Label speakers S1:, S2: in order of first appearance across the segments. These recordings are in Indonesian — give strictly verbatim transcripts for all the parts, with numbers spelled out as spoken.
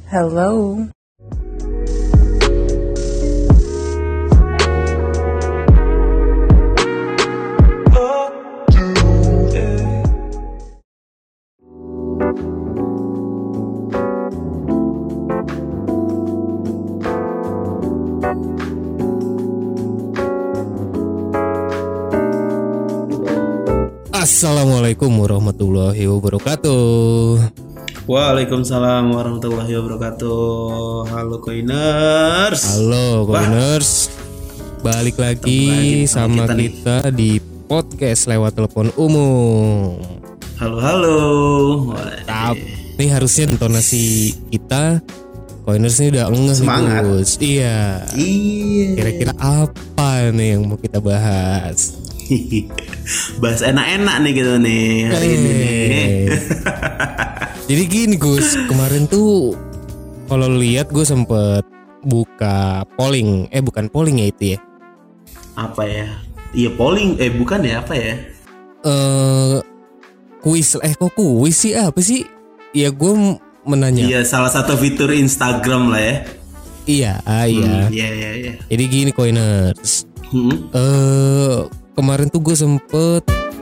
S1: Hello.
S2: Assalamualaikum warahmatullahi wabarakatuh.
S3: Waalaikumsalam warahmatullahi wabarakatuh. Halo Coiners.
S2: Halo Coiners. Balik lagi, lagi sama kita, kita di podcast lewat telepon umum.
S3: Halo halo.
S2: Tapi harusnya intonasi kita Coiners ini udah ngeh
S3: semangat.
S2: Gus. Iya.
S3: Iya.
S2: Kira-kira apa nih yang mau kita bahas?
S3: Bahas enak-enak nih gitu nih hari hey. ini nih.
S2: Jadi gini Gus, kemarin tuh kalau lihat gue sempet buka polling, eh bukan polling ya itu ya?
S3: Apa ya? Iya polling, eh bukan ya apa ya?
S2: Eh uh, kuis, eh kok kuis sih apa sih? Ya gue menanya.
S3: Iya salah satu fitur Instagram lah ya.
S2: Iya, ah, iya.
S3: Hmm, iya iya iya.
S2: Jadi gini Coiners.
S3: Hmm.
S2: Eh uh, kemarin tuh gue sempet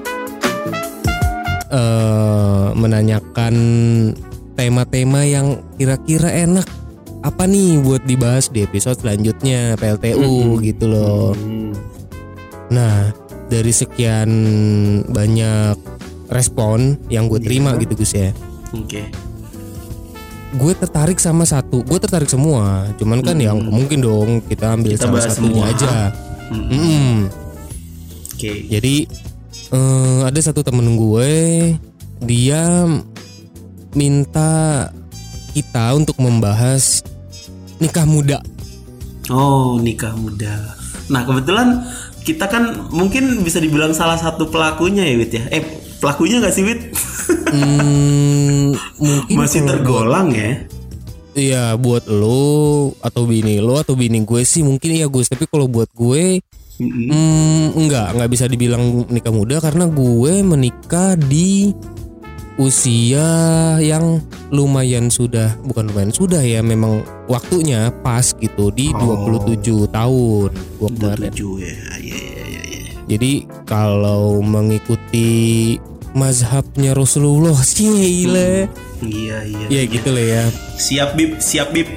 S2: uh, menanyakan tema-tema yang kira-kira enak apa nih buat dibahas di episode selanjutnya P L T U mm-hmm. gitu loh. Mm-hmm. Nah dari sekian banyak respon yang gue terima yeah. gitu Gus ya.
S3: Oke. Okay.
S2: Gue tertarik sama satu, gue tertarik semua. Cuman kan mm-hmm. yang mungkin dong kita ambil kita salah satunya semua. aja. Mm-hmm. Mm-hmm.
S3: Oke. Okay.
S2: Jadi uh, ada satu temen gue, dia minta kita untuk membahas nikah muda.
S3: Oh, nikah muda. Nah, kebetulan kita kan mungkin bisa dibilang salah satu pelakunya ya, Wit ya. Eh, pelakunya nggak sih, Wit?
S2: hmm, mungkin
S3: masih tergolong
S2: buat,
S3: ya.
S2: Iya, buat lo atau bini lo atau bini gue sih mungkin iya Gus. Tapi kalau buat gue Mm-hmm. Hmm, enggak, enggak bisa dibilang nikah muda karena gue menikah di usia yang lumayan sudah, bukan lumayan sudah ya, memang waktunya pas gitu di oh. dua puluh tujuh tahun gue kemarin.
S3: dua puluh tujuh ya, ya, ya, ya, ya.
S2: Jadi kalau mengikuti mazhabnya Rasulullah sih gile.
S3: Hmm. Iya, iya.
S2: Ya gitu lah ya.
S3: Siap bib, siap bib.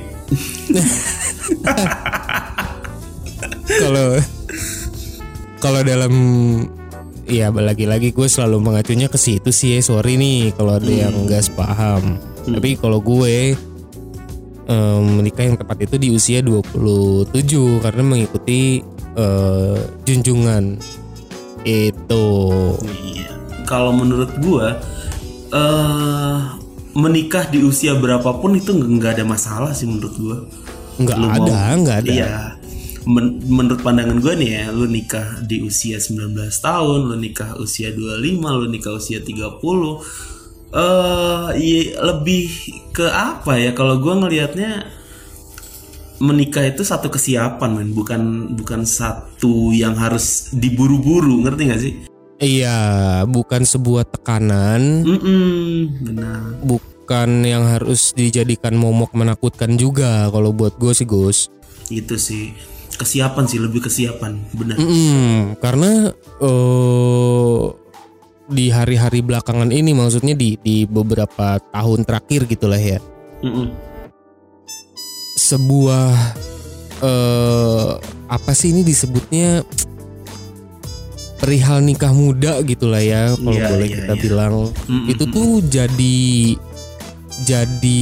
S2: Kalau Kalau dalam ya lagi-lagi gue selalu mengacunya ke situ sih ya, sorry nih kalau ada hmm. yang nggak sepaham. Hmm. Tapi kalau gue um, menikah yang tepat itu di usia dua puluh tujuh karena mengikuti uh, junjungan itu.
S3: Iya. Kalau menurut gue uh, menikah di usia berapapun itu nggak ada masalah sih menurut gue.
S2: Nggak ada, nggak ada.
S3: Iya. Men- menurut pandangan gue nih ya, lu nikah di usia sembilan belas tahun, lu nikah usia dua puluh lima, lu nikah usia tiga puluh, uh, ya, lebih ke apa ya, kalau gue ngelihatnya menikah itu satu kesiapan men, bukan bukan satu yang harus diburu-buru, ngerti gak sih?
S2: Iya, bukan sebuah tekanan.
S3: Mm-mm, benar.
S2: Bukan yang harus dijadikan momok menakutkan juga kalau buat gue sih Gus.
S3: Itu sih kesiapan sih, lebih kesiapan, benar.
S2: Mm-mm, karena uh, di hari-hari belakangan ini, maksudnya di di beberapa tahun terakhir gitulah ya. Mm-mm. Sebuah uh, apa sih ini disebutnya, perihal nikah muda gitulah ya, kalau yeah, boleh yeah, kita yeah. bilang. Mm-mm. Itu tuh jadi jadi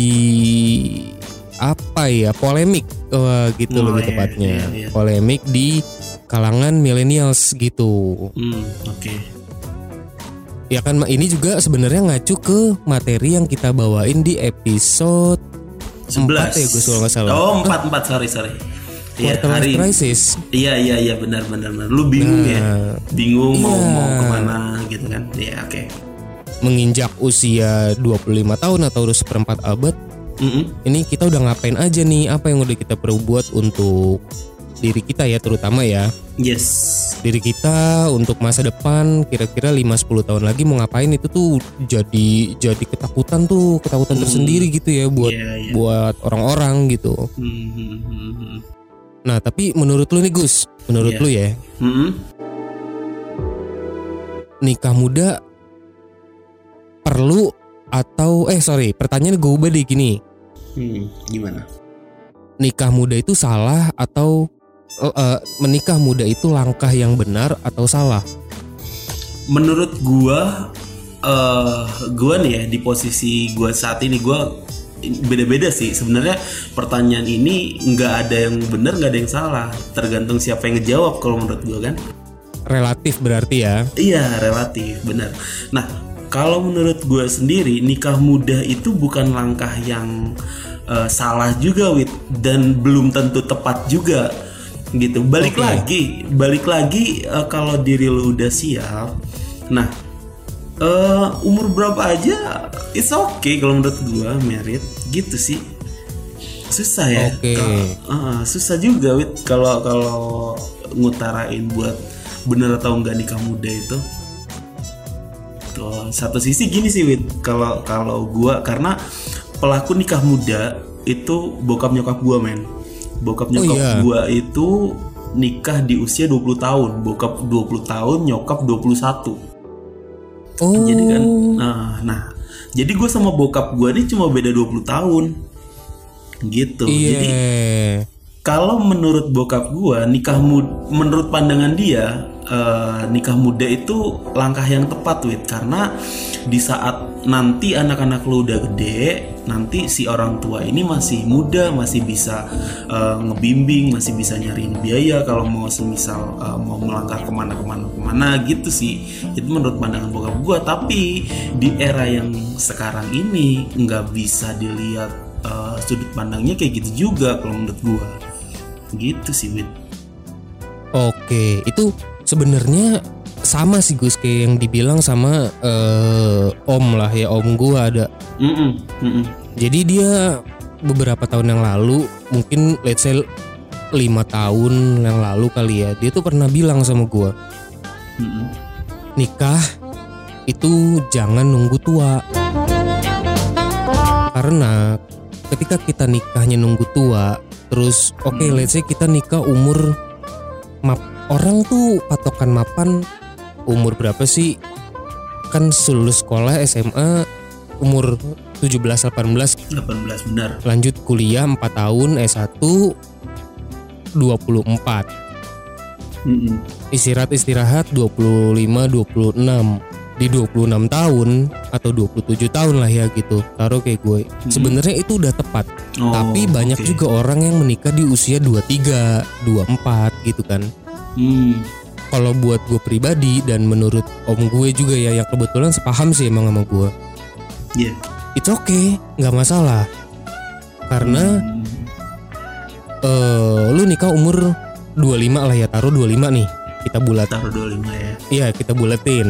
S2: apa ya, polemik uh, gitu oh, lebih tepatnya, iya, iya, iya. polemik di kalangan millennials gitu.
S3: Hmm, oke. Okay.
S2: Ya kan, ini juga sebenarnya ngacu ke materi yang kita bawain di episode
S3: sebelas
S2: empat ya Gus kalau nggak salah.
S3: Oh empat empat sorry sorry.
S2: Iya, hari
S3: crisis. Iya iya iya benar benar benar. Lu bingung nah, ya, bingung iya. mau mau kemana gitu kan? Iya oke. Okay.
S2: Menginjak usia dua puluh lima tahun atau udah seperempat abad. Mm-hmm. Ini kita udah ngapain aja nih? Apa yang udah kita perbuat untuk diri kita ya terutama ya.
S3: Yes.
S2: Diri kita untuk masa depan kira-kira lima sampai sepuluh tahun lagi mau ngapain itu tuh jadi jadi ketakutan tuh, ketakutan hmm. tersendiri gitu ya buat yeah, yeah. buat orang-orang gitu. Hmm, hmm, hmm. Nah, tapi menurut lu nih Gus, menurut yeah. lu ya. Hmm. Nikah muda perlu atau eh sorry, pertanyaan gue ubah deh gini.
S3: Hmm, gimana?
S2: Nikah muda itu salah atau uh, menikah muda itu langkah yang benar atau salah?
S3: Menurut gua, uh, gua nih ya di posisi gua saat ini gua beda-beda sih. Sebenarnya pertanyaan ini nggak ada yang benar, nggak ada yang salah. Tergantung siapa yang ngejawab kalau menurut gua kan.
S2: Relatif berarti ya?
S3: Iya relatif, benar. Nah kalau menurut gua sendiri nikah muda itu bukan langkah yang Uh, salah juga Wit, dan belum tentu tepat juga gitu. Balik okay. lagi balik lagi uh, kalau diri lu udah siap, nah uh, umur berapa aja it's okay kalau menurut gua merit gitu sih. Susah ya
S2: okay.
S3: Kalo, uh, susah juga Wit kalau kalau ngutarain buat bener atau enggak nikah muda itu. Tuh, satu sisi gini sih Wit, kalau kalau gua karena pelaku nikah muda itu bokap nyokap gua men. Bokap nyokap oh, iya. gua itu nikah di usia dua puluh tahun. Bokap dua puluh tahun, nyokap dua puluh satu.
S2: Oh.
S3: Jadi kan nah, nah. Jadi gua sama bokap gua ini cuma beda dua puluh tahun. Gitu.
S2: Yeah.
S3: Jadi kalau menurut bokap gua nikah muda, menurut pandangan dia uh, nikah muda itu langkah yang tepat Wit, karena di saat nanti anak-anak lu udah gede, nanti si orang tua ini masih muda, masih bisa uh, ngebimbing, masih bisa nyariin biaya kalau mau semisal uh, mau melangkah kemana-kemana kemana gitu sih. Itu menurut pandangan bokap gua. Tapi di era yang sekarang ini nggak bisa dilihat uh, sudut pandangnya kayak gitu juga kalau menurut gua. Gitu sih Wit.
S2: Oke, itu sebenarnya sama sih Gus kayak yang dibilang sama uh, Om lah ya, Om gua ada. Mm-mm, mm-mm. Jadi dia beberapa tahun yang lalu, mungkin let's say lima tahun yang lalu kali ya, dia tuh pernah bilang sama gua, Mm-mm. nikah itu jangan nunggu tua. Karena ketika kita nikahnya nunggu tua, terus oke okay, let's say kita nikah umur map, orang tuh patokan mapan umur berapa sih? Kan lulus sekolah S M A umur tujuh belas delapan belas
S3: delapan belas benar.
S2: Lanjut kuliah empat tahun S satu dua puluh empat. Mm-mm. Istirahat-istirahat dua puluh lima dua puluh enam. Di dua puluh enam tahun atau dua puluh tujuh tahun lah ya gitu. Taruh kayak gue. Mm-hmm. Sebenarnya itu udah tepat. Oh, tapi banyak okay. juga orang yang menikah di usia dua puluh tiga, dua puluh empat gitu kan. Hmm. Kalau buat gue pribadi dan menurut om gue juga ya yang kebetulan sepaham sih emang sama gue. Iya. Yeah. It's okay, nggak masalah. Karena hmm. uh, lu nikah umur dua puluh lima lah ya, taruh dua puluh lima nih. Kita bulat.
S3: Taruh dua puluh lima ya.
S2: Iya, kita bulatin.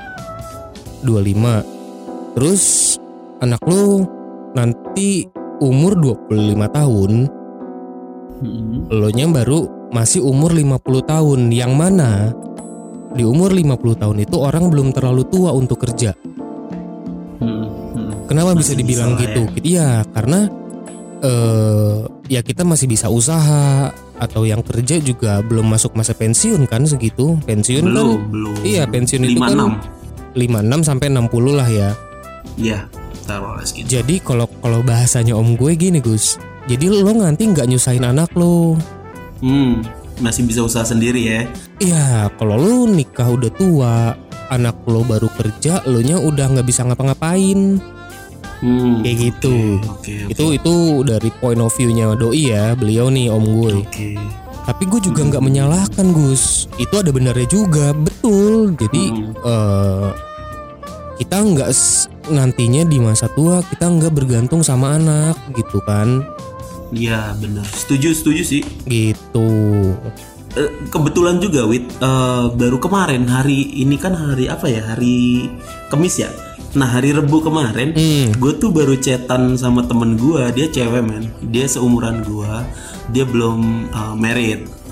S2: dua puluh lima. Terus anak lu nanti umur dua puluh lima tahun. Hmm. Lo nya baru masih umur lima puluh tahun, yang mana di umur lima puluh tahun itu orang belum terlalu tua untuk kerja. Hmm. Hmm. Kenapa masih bisa dibilang bisa gitu? Ya? Iya, karena uh, ya kita masih bisa usaha, atau yang kerja juga belum masuk masa pensiun kan segitu. Pensiun belum, kan
S3: belum.
S2: Iya, pensiun itu kan lima puluh enam sampai enam puluh lah ya.
S3: Iya, taruh gitu.
S2: Jadi kalau kalau bahasanya om gue gini Gus. Jadi lo nanti enggak nyusahin anak lo.
S3: Hmm, masih bisa usaha sendiri ya.
S2: Iya, kalau lo nikah udah tua, anak lo baru kerja, lo nya udah enggak bisa ngapa-ngapain. Hmm, kayak gitu. Okay, okay, okay. Itu itu dari point of view-nya doi ya, beliau nih om gue. Oke. Okay. Tapi gue juga nggak hmm. menyalahkan Gus. Itu ada benarnya juga, betul. Jadi hmm. uh, kita nggak nantinya di masa tua kita nggak bergantung sama anak gitu kan?
S3: Iya benar. Setuju setuju sih.
S2: Gitu.
S3: Uh, kebetulan juga Wit, uh, baru kemarin hari ini kan hari apa ya? Hari Kamis ya. Nah hari Rebu kemarin, hmm. gue tuh baru chatan sama temen gue, dia cewek men, dia seumuran gue, dia belum uh, married.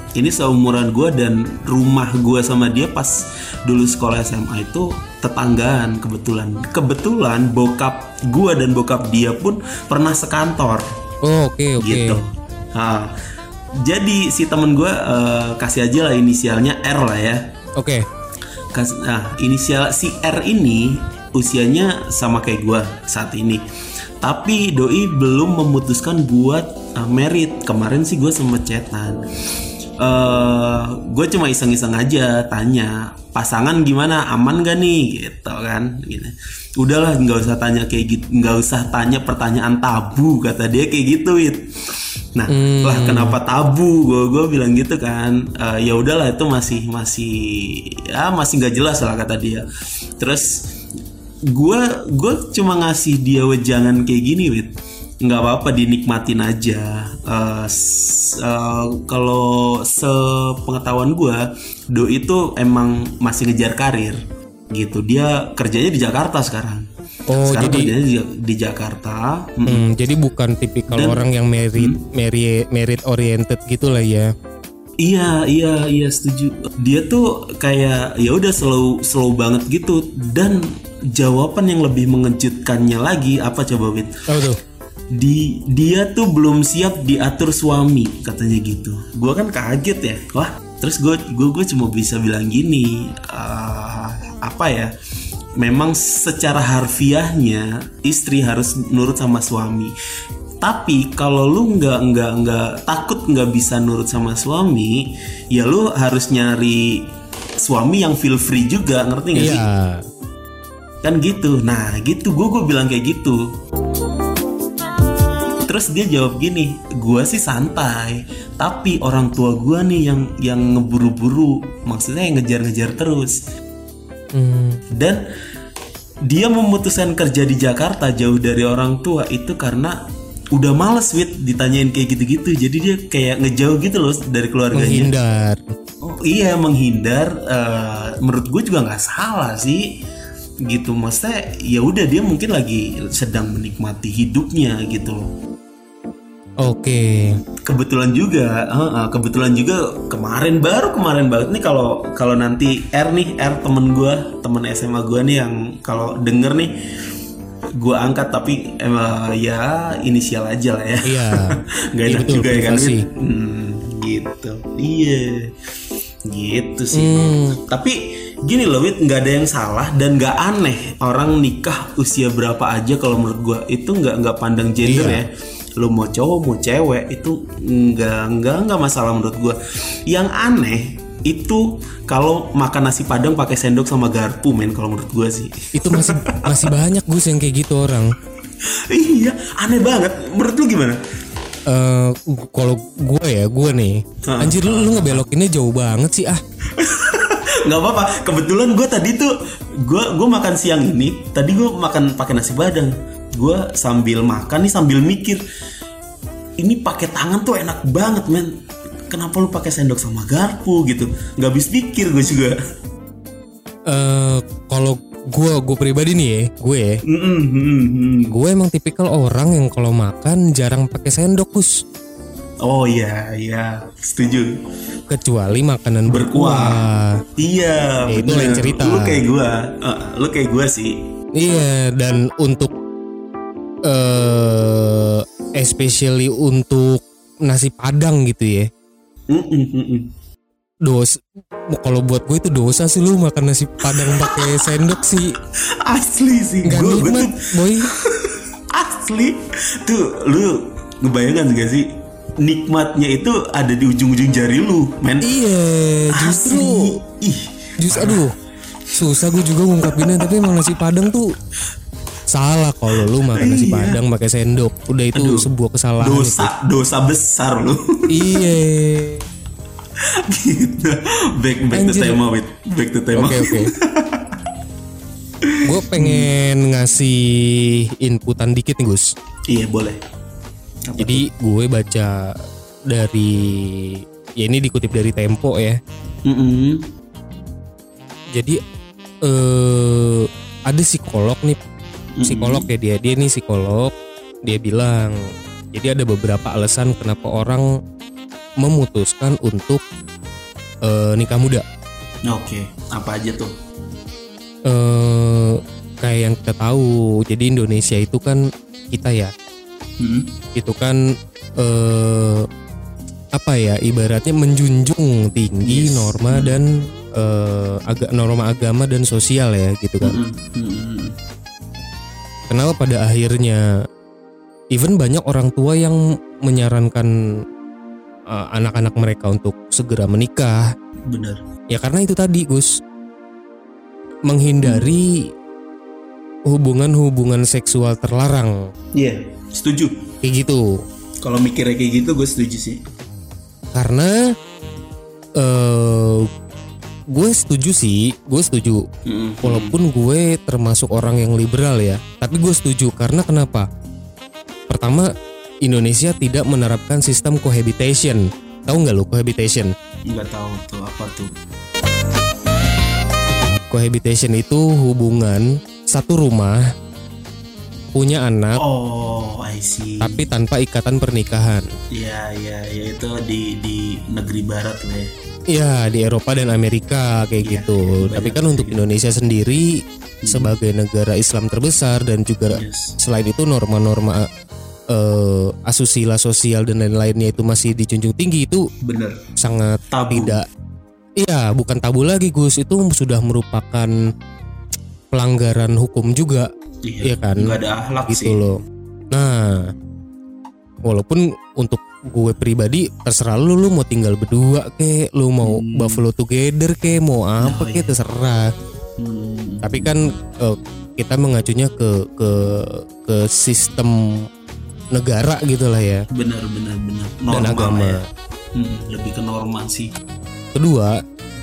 S3: ini seumuran gue dan rumah gue sama dia pas dulu sekolah S M A itu tetanggaan kebetulan. Kebetulan bokap gue dan bokap dia pun pernah sekantor.
S2: Oh, oke okay, oke. Okay.
S3: Gitu. Nah, jadi si temen gue uh, kasih aja lah inisialnya R lah ya.
S2: Oke.
S3: Okay. Nah, inisial si R ini usianya sama kayak gue saat ini. Tapi doi belum memutuskan buat uh, merit. Kemarin sih gue sempet chatan. Uh, gue cuma iseng-iseng aja tanya pasangan gimana, aman gak nih gitu kan gitu. Udahlah nggak usah tanya kayak gitu, nggak usah tanya pertanyaan tabu kata dia kayak gitu it. Nah hmm. lah kenapa tabu, gue gue bilang gitu kan. Uh, ya udahlah itu masih masih ya masih nggak jelas lah kata dia. Terus gue gue cuma ngasih dia wejangan kayak gini wit, nggak apa-apa dinikmatin aja. Uh, uh, kalau sepengetahuan gue, doi itu emang masih ngejar karir gitu. Dia kerjanya di Jakarta sekarang.
S2: Oh,
S3: sekarang
S2: jadi
S3: kerjanya di, di Jakarta.
S2: Hmm, hmm. Jadi bukan tipikal Dan, orang yang merit hmm. merit merit oriented gitulah ya.
S3: Iya iya iya setuju. Dia tuh kayak ya udah slow slow banget gitu. Dan jawaban yang lebih mengejutkannya lagi apa coba Wit?
S2: Oh tuh.
S3: Di dia tuh belum siap diatur suami katanya gitu. Gua kan kaget ya. Wah, terus gue gue gue cuma bisa bilang gini, uh, apa ya? Memang secara harfiahnya istri harus nurut sama suami. Tapi kalau lu nggak nggak nggak takut nggak bisa nurut sama suami, ya lu harus nyari suami yang feel free juga, ngerti nggak
S2: yeah.
S3: sih? Kan gitu. Nah gitu gue gue bilang kayak gitu. Terus dia jawab gini, gue sih santai, tapi orang tua gue nih yang yang ngeburu-buru, maksudnya yang ngejar-ngejar terus. Hmm. Dan dia memutuskan kerja di Jakarta jauh dari orang tua itu karena udah males Wit ditanyain kayak gitu-gitu. Jadi dia kayak ngejauh gitu loh dari keluarganya.
S2: Menghindar.
S3: Oh iya menghindar. Uh, menurut gue juga nggak salah sih. Gitu maksudnya ya udah dia mungkin lagi sedang menikmati hidupnya gitu loh.
S2: Oke. Okay.
S3: Kebetulan juga, uh, uh, kebetulan juga kemarin baru kemarin banget nih kalau kalau nanti R nih R temen gue, temen S M A gue nih yang kalau denger nih gue angkat tapi uh, ya inisial aja lah ya.
S2: Iya.
S3: Gak enak
S2: betul,
S3: juga ya kan?
S2: Hmm,
S3: gitu. Iya. Gitu sih. Hmm. Tapi gini loh Wit, nggak ada yang salah dan nggak aneh orang nikah usia berapa aja kalau menurut gue itu nggak nggak pandang gender iya. ya. Lo mau cowok mau cewek itu nggak nggak nggak masalah menurut gue. Yang aneh itu kalau makan nasi padang pakai sendok sama garpu men, kalau menurut gue sih.
S2: Itu masih masih banyak Gus yang kayak gitu orang.
S3: Iya aneh banget. Menurut lu gimana?
S2: Uh, kalau gue ya gue nih uh, anjir lu, lu ngebelokinnya jauh banget sih ah.
S3: Nggak apa-apa. Kebetulan gue tadi tuh gue gue makan siang ini tadi gue makan pakai nasi padang. Gue sambil makan nih sambil mikir ini pakai tangan tuh enak banget men. Kenapa lu pakai sendok sama garpu gitu? Nggak habis pikir gue juga.
S2: Uh, kalau gue gue pribadi nih ya gue mm, mm, mm, mm. gue emang tipikal orang yang kalau makan jarang pakai sendok Gus.
S3: Oh iya iya setuju.
S2: Kecuali makanan berkuah.
S3: Iya.
S2: Ya, itu lain cerita.
S3: Lu kayak gue, uh, lu kayak gue sih.
S2: Iya dan untuk uh, especially untuk nasi padang gitu ya. Mm, mm, mm, mm. Dos, kalau buat gue itu dosa sih lu makan nasi padang pakai sendok sih.
S3: Asli sih.
S2: Gak
S3: gue,
S2: nikmat,
S3: gue tuh,
S2: boy.
S3: Asli. Tuh, lu ngebayangkan gak sih? Nikmatnya itu ada di ujung-ujung jari lu, men.
S2: Iya, justru.
S3: Ih,
S2: justru aduh. Susah gue juga ngungkapinnya, tapi emang nasi padang tuh salah kalau lu makan nasi iya. padang pakai sendok. Udah itu aduh, sebuah kesalahan.
S3: Dosa,
S2: itu.
S3: dosa besar lu.
S2: Iya.
S3: Gitu. Back back to tema, wait. Back to tema.
S2: Oke okay, oke. Okay. Gue pengen ngasih inputan dikit nih Gus.
S3: Iya boleh.
S2: Apa Jadi itu? gue baca dari ya ini dikutip dari Tempo ya. Mm-hmm. Jadi eh, ada psikolog nih, psikolog mm-hmm. ya dia dia nih psikolog. Dia bilang jadi ada beberapa alasan kenapa orang memutuskan untuk uh, nikah muda.
S3: Oke, apa aja tuh?
S2: Uh, kayak yang kita tahu, jadi Indonesia itu kan kita ya, hmm. itu kan uh, apa ya, ibaratnya menjunjung tinggi yes. norma hmm. dan uh, aga, norma agama dan sosial ya gitu kan. Hmm. Hmm. Kenapa pada akhirnya even banyak orang tua yang menyarankan uh, anak-anak mereka untuk segera menikah.
S3: Benar.
S2: Ya karena itu tadi Gus, menghindari hmm. hubungan-hubungan seksual terlarang.
S3: Iya, yeah, setuju.
S2: Kayak gitu.
S3: Kalau mikirnya kayak gitu gue setuju sih.
S2: Karena uh, gue setuju sih, gue setuju. Mm-hmm. Walaupun gue termasuk orang yang liberal ya, tapi gue setuju karena kenapa? Pertama, Indonesia tidak menerapkan sistem cohabitation. Tahu nggak lo cohabitation?
S3: Nggak tahu tuh apa tuh.
S2: Cohabitation itu hubungan satu rumah punya anak.
S3: Oh, I see.
S2: Tapi tanpa ikatan pernikahan.
S3: Iya, iya, ya itu di di negeri barat lah ya.
S2: Iya, di Eropa dan Amerika kayak ya, gitu. Ya, tapi kan untuk Indonesia sendiri hmm. sebagai negara Islam terbesar dan juga yes. selain itu norma-norma uh, asusila sosial dan lain-lainnya itu masih dijunjung tinggi, itu
S3: bener.
S2: Sangat
S3: tabu.
S2: Tidak. Iya, bukan tabu lagi Gus, itu sudah merupakan pelanggaran hukum juga. Iya,
S3: iya
S2: kan?
S3: Gak ada akhlak
S2: gitu
S3: sih.
S2: Loh. Nah, walaupun untuk gue pribadi terserah lu, lu mau tinggal berdua kek, lu mau hmm. buffalo together kek, mau apa oh, kek, iya. terserah. Hmm. Tapi kan uh, kita mengacunya ke ke ke sistem negara gitulah ya.
S3: Benar benar benar.
S2: Normal dan agama. Ya.
S3: Hmm, lebih ke norma sih.
S2: Kedua,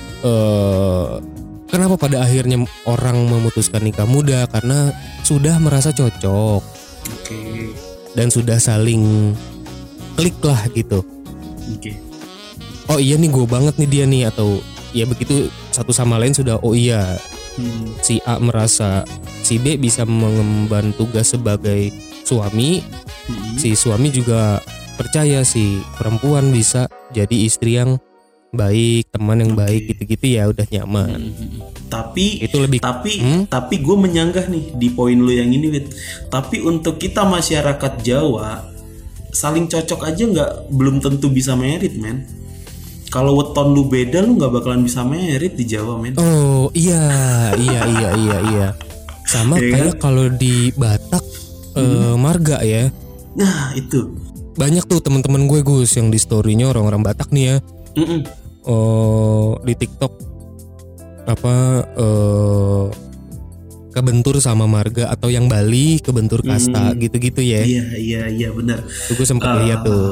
S2: uh, kenapa pada akhirnya orang memutuskan nikah muda? Karena sudah merasa cocok.
S3: Oke. Okay.
S2: Dan sudah saling klik lah gitu.
S3: Oke. Okay.
S2: Oh iya nih, gue banget nih dia nih, atau ya begitu satu sama lain sudah oh iya. Hmm. Si A merasa si B bisa mengemban tugas sebagai suami. Hmm. Si suami juga percaya si perempuan bisa jadi istri yang baik, teman yang okay. baik gitu-gitu ya, udah nyaman.
S3: Hmm. Tapi
S2: itu lebih
S3: tapi
S2: hmm?
S3: tapi gue menyanggah nih di poin lu yang ini, Wit. Tapi untuk kita masyarakat Jawa, saling cocok aja nggak belum tentu bisa merit, men. Kalau weton lu beda, lu nggak bakalan bisa merit di Jawa, men.
S2: Oh iya iya iya iya iya. Sama ya, kayak kan? Kalau di Batak hmm. eh, marga ya.
S3: Nah itu
S2: banyak tuh teman-teman gue Gus yang di story-nya orang-orang Batak nih ya. Mm-mm. Oh di TikTok apa uh, kebentur sama marga, atau yang Bali kebentur kasta hmm. gitu-gitu ya.
S3: Iya iya iya benar.
S2: Tuh gue sempet uh, lihat tuh.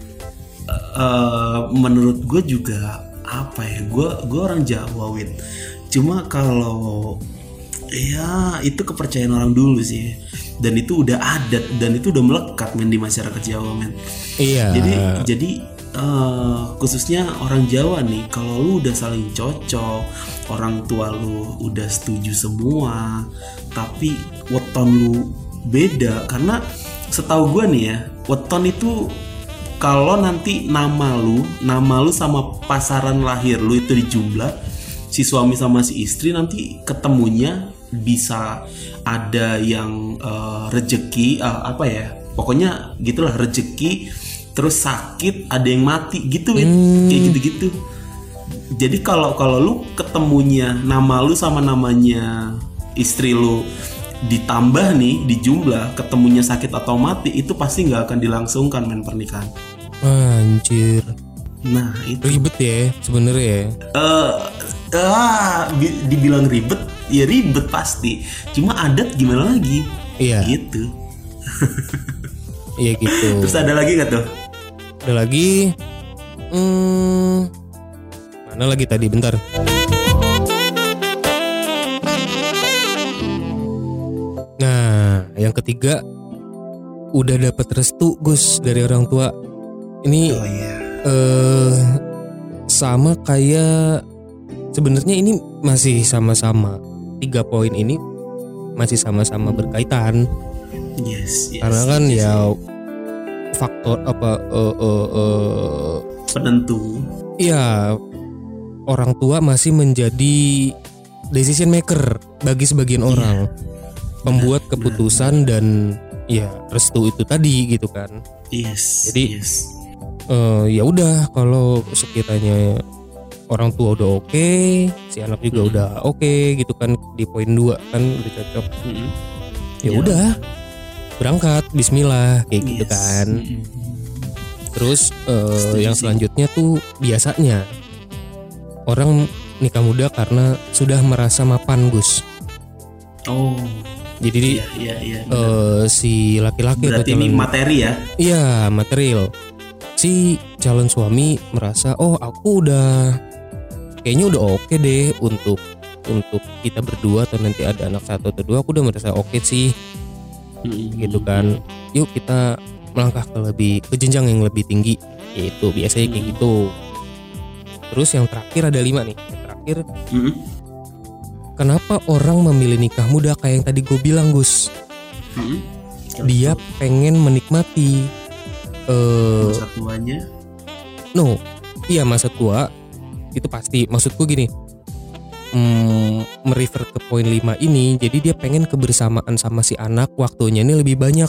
S3: Uh, menurut gue juga apa ya? Gue gue orang Jawa, Win. Cuma kalau ya itu kepercayaan orang dulu sih. Dan itu udah adat dan itu udah melekat, men, di masyarakat Jawa, men.
S2: Iya.
S3: Jadi jadi Uh, khususnya orang Jawa nih, kalau lu udah saling cocok, orang tua lu udah setuju semua, tapi weton lu beda, karena setahu gue nih ya, weton itu kalau nanti nama lu, nama lu sama pasaran lahir lu itu dijumlah, si suami sama si istri nanti ketemunya bisa ada yang uh, rejeki, uh, apa ya, pokoknya gitulah rejeki. Terus sakit, ada yang mati gitu, hmm. kayak gitu-gitu. Jadi kalau kalau lu ketemunya nama lu sama namanya istri lu ditambah nih di jumlah, ketemunya sakit atau mati, itu pasti nggak akan dilangsungkan, men, pernikahan.
S2: Anjir.
S3: Nah itu
S2: ribet ya sebenarnya.
S3: Uh, ah, dibilang ribet, ya ribet pasti. Cuma adat gimana lagi?
S2: Iya.
S3: Gitu.
S2: Iya gitu.
S3: Terus ada lagi nggak tuh?
S2: Ada lagi, hmm, mana lagi tadi? Bentar. Nah, yang ketiga udah dapat restu Gus dari orang tua. Ini oh, yeah. eh, sama kayak sebenarnya ini masih sama-sama tiga poin ini masih sama-sama berkaitan.
S3: Yes, yes.
S2: Karena kan
S3: yes,
S2: ya.
S3: Yes.
S2: faktor apa uh, uh, uh,
S3: penentu.
S2: Iya, orang tua masih menjadi decision maker bagi sebagian yeah. orang, pembuat benar, keputusan benar. Dan ya restu itu tadi gitu kan.
S3: Yes.
S2: Jadi
S3: yes.
S2: Uh, ya udah kalau sekiranya orang tua udah oke, okay, si anak juga hmm. udah oke okay, gitu kan, di poin dua kan udah cocok. Hmm. Ya udah berangkat, Bismillah kayak yes. gitu kan. Hmm. Terus uh, yang selanjutnya tuh biasanya orang nikah muda karena sudah merasa mapan, Gus.
S3: Oh.
S2: Jadi
S3: iya, iya, iya,
S2: uh, si laki-laki
S3: berarti
S2: calon,
S3: ini materi ya?
S2: Iya, material. Si calon suami merasa, oh aku udah kayaknya udah oke okay deh untuk untuk kita berdua atau nanti ada anak satu atau dua, aku udah merasa oke okay sih. Hmm. Gitu kan. Yuk kita melangkah ke lebih ke jenjang yang lebih tinggi. Itu biasanya kayak gitu. Terus yang terakhir ada lima nih. Yang terakhir, hmm. kenapa orang memilih nikah muda kayak yang tadi gue bilang, Gus? Hmm. Dia pengen menikmati uh,
S3: masa tuanya.
S2: No, iya masa tua itu pasti. Maksudku gini, hmm, merefer ke poin lima ini. Jadi dia pengen kebersamaan sama si anak, waktunya ini lebih banyak,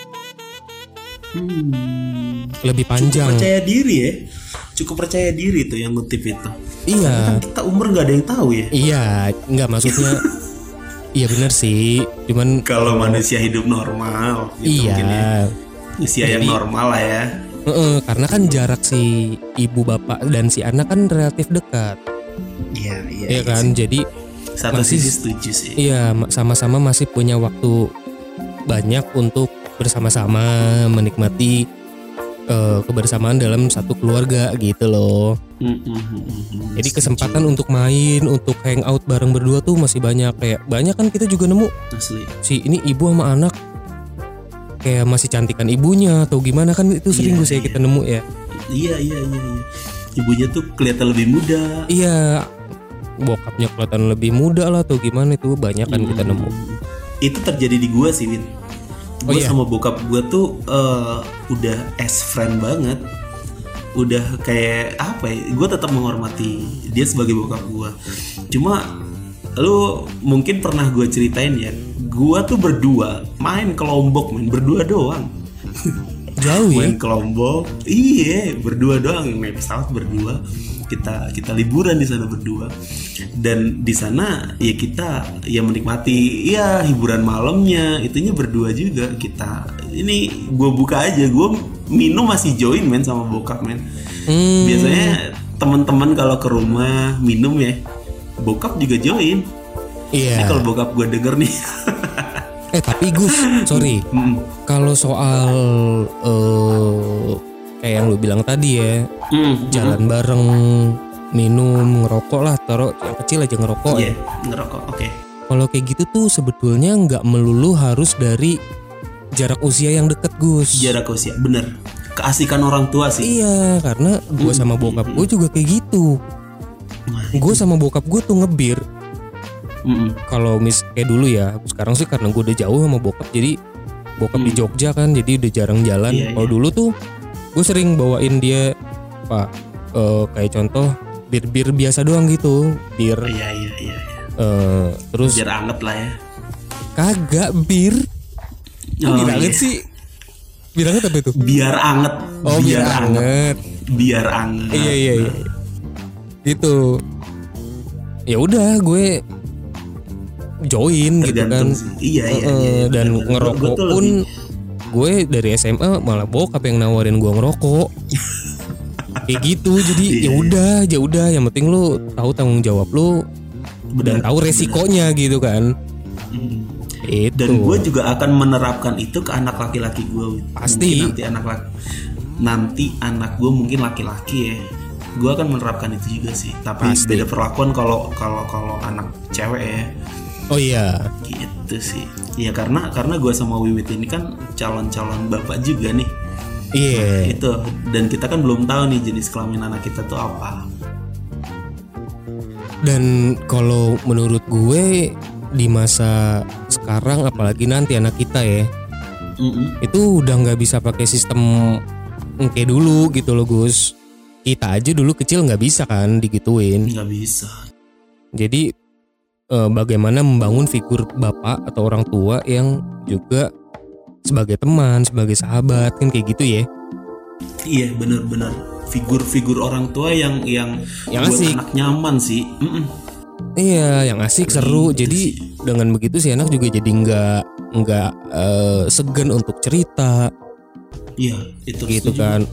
S3: hmm.
S2: lebih panjang.
S3: Cukup percaya diri ya. Cukup percaya diri tuh yang ngutip itu.
S2: Iya.
S3: Kan kita umur nggak ada yang tahu ya.
S2: Iya, nggak maksudnya. Iya benar sih. Cuman
S3: kalau manusia hidup normal, gitu
S2: iya.
S3: Mungkin ya. Usia jadi, yang normal lah ya.
S2: Uh, karena kan jarak si ibu bapak dan si anak kan relatif dekat.
S3: Iya iya.
S2: Iya kan,
S3: iya
S2: jadi
S3: satu
S2: masih,
S3: sisi setuju sih.
S2: Iya, sama-sama masih punya waktu banyak untuk bersama-sama menikmati uh, kebersamaan dalam satu keluarga gitu loh. Mm-hmm. Jadi kesempatan untuk main, untuk hangout bareng berdua tuh masih banyak. Kayak banyak kan kita juga nemu asli. Si ini ibu sama anak kayak masih cantikan ibunya atau gimana kan, itu sering gue saya kita nemu ya.
S3: Iya iya iya iya. Ibunya tuh kelihatan lebih muda.
S2: Iya. Bokapnya kelihatan lebih muda lah atau gimana, itu banyak kan hmm. kita nemu.
S3: Itu terjadi di gue sih, Win. Gue oh, iya? sama bokap gue tuh uh, udah as friend banget. Udah kayak apa ya? Gue tetap menghormati dia sebagai bokap gue. Cuma lu mungkin pernah gue ceritain ya, gue tuh berdua main ke Lombok, main berdua doang.
S2: Jauh ya?
S3: Main ke Lombok, iya berdua doang, naik pesawat berdua. Kita kita liburan di sana berdua, dan di sana ya kita ya menikmati ya hiburan malamnya, itunya berdua juga kita. Ini gue buka aja, gue minum masih join men sama bokap men. Hmm. Biasanya teman-teman kalau ke rumah minum ya, bokap juga join. Iya. Yeah. Kalau bokap gue denger nih.
S2: eh tapi Gus, sorry. Mm. Kalau soal uh, kayak yang lu bilang tadi ya, mm. jalan bareng, minum, ngerokok lah, taruh yang kecil aja ngerokok.
S3: Iya, yeah, ngerokok. Oke. Okay.
S2: Kalau kayak gitu tuh sebetulnya nggak melulu harus dari jarak usia yang deket, Gus.
S3: Jarak usia, bener. Keasikan orang tua sih.
S2: Iya, karena gue sama bokap gue juga kayak gitu. Gue sama bokap gue tuh ngebir. Kalau mis kayak dulu ya, sekarang sih karena gue udah jauh sama bokap, jadi bokap mm. di Jogja kan, jadi udah jarang jalan. Yeah, Kalau yeah. dulu tuh gue sering bawain dia, pak, uh, kayak contoh bir-bir biasa doang gitu, bir.
S3: Iya iya iya.
S2: Terus
S3: biar anget lah ya.
S2: Kagak bir. Oh, bir anget iya. sih. Bir anget apa itu?
S3: Biar anget.
S2: Oh biar, biar anget. anget.
S3: Biar anget.
S2: Iya iya iya. Gitu. Ya udah gue join gitu kan.
S3: Iya iya, uh, iya
S2: dan bener, ngerokok pun lebih... gue dari S M A malah bokap yang nawarin gue ngerokok. Kayak gitu. Jadi ya udah, ya udah yang penting lu tahu tanggung jawab lu bener, dan tahu resikonya bener. Gitu kan.
S3: Hmm. Itu. Dan gue juga akan menerapkan itu ke anak laki-laki gue.
S2: Pasti.
S3: Mungkin nanti anak laki nanti anak gue mungkin laki-laki ya. Gue akan menerapkan itu juga sih. Tapi Pasti. Beda perlakuan kalau kalau kalau anak cewek ya.
S2: Oh iya.
S3: Gitu sih. Ya karena karena gue sama Wiwit ini kan calon-calon bapak juga nih.
S2: Iya. Yeah.
S3: Nah, itu. Dan kita kan belum tahu nih jenis kelamin anak kita tuh apa.
S2: Dan kalau menurut gue di masa sekarang, apalagi nanti anak kita ya, Mm-mm. Itu udah nggak bisa pakai sistem kayak dulu gitu loh Gus. Kita aja dulu kecil nggak bisa kan digituin.
S3: Nggak bisa.
S2: Jadi eh, bagaimana membangun figur bapak atau orang tua yang juga sebagai teman, sebagai sahabat kan kayak gitu ya?
S3: Iya benar-benar figur-figur orang tua yang yang,
S2: yang
S3: buat
S2: asik.
S3: Anak nyaman sih. Mm-mm.
S2: Iya, yang asik, seru.
S3: Gitu
S2: jadi
S3: sih.
S2: dengan begitu si anak juga jadi nggak nggak eh, segan untuk cerita.
S3: Iya itu
S2: Gitu
S3: setuju.
S2: kan.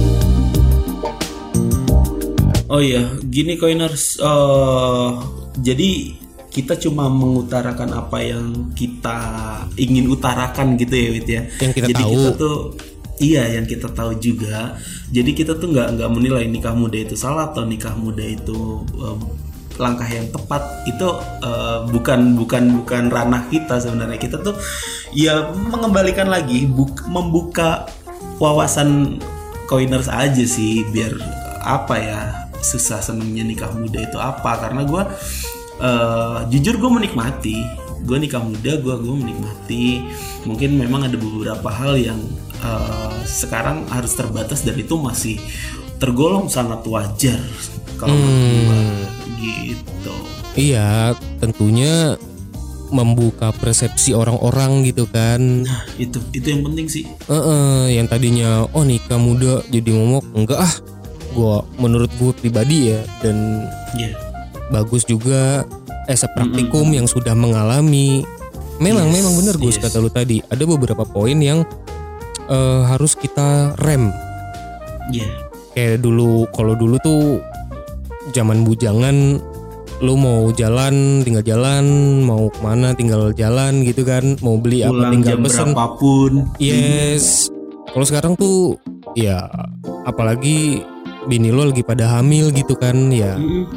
S3: Oh iya, gini Coiners, uh, jadi kita cuma mengutarakan apa yang kita ingin utarakan gitu ya Wit ya.
S2: Yang kita
S3: jadi
S2: tahu.
S3: kita tuh iya yang kita tahu juga. Jadi kita tuh nggak nggak menilai nikah muda itu salah atau nikah muda itu uh, langkah yang tepat. Itu uh, bukan bukan bukan ranah kita sebenarnya. Kita tuh ya mengembalikan lagi, buk, membuka wawasan Coiners aja sih biar apa ya. Susah senengnya nikah muda itu apa, karena gue uh, jujur gue menikmati gue nikah muda gue gue menikmati. Mungkin memang ada beberapa hal yang uh, sekarang harus terbatas dan itu masih tergolong sangat wajar kalau menurut
S2: Hmm.
S3: gue gitu.
S2: Iya, tentunya membuka persepsi orang-orang gitu kan.
S3: Nah itu itu yang penting sih.
S2: Eh, yang tadinya oh nikah muda jadi momok, enggak ah. Gua menurut gue pribadi ya, dan
S3: Yeah.
S2: bagus juga as a praktikum yang sudah mengalami. Memang
S3: Yes,
S2: memang benar Gus
S3: yes.
S2: kata lu tadi. Ada beberapa poin yang eh, harus kita rem.
S3: Yeah.
S2: Kayak dulu, kalau dulu tuh zaman bujangan, lu mau jalan tinggal jalan, mau kemana tinggal jalan gitu kan, mau beli apa
S3: Pulang
S2: tinggal
S3: jam
S2: pesen.
S3: berapapun.
S2: Yes. Kalau sekarang tuh ya apalagi bini lo lagi pada hamil gitu kan ya.
S3: Mm-mm.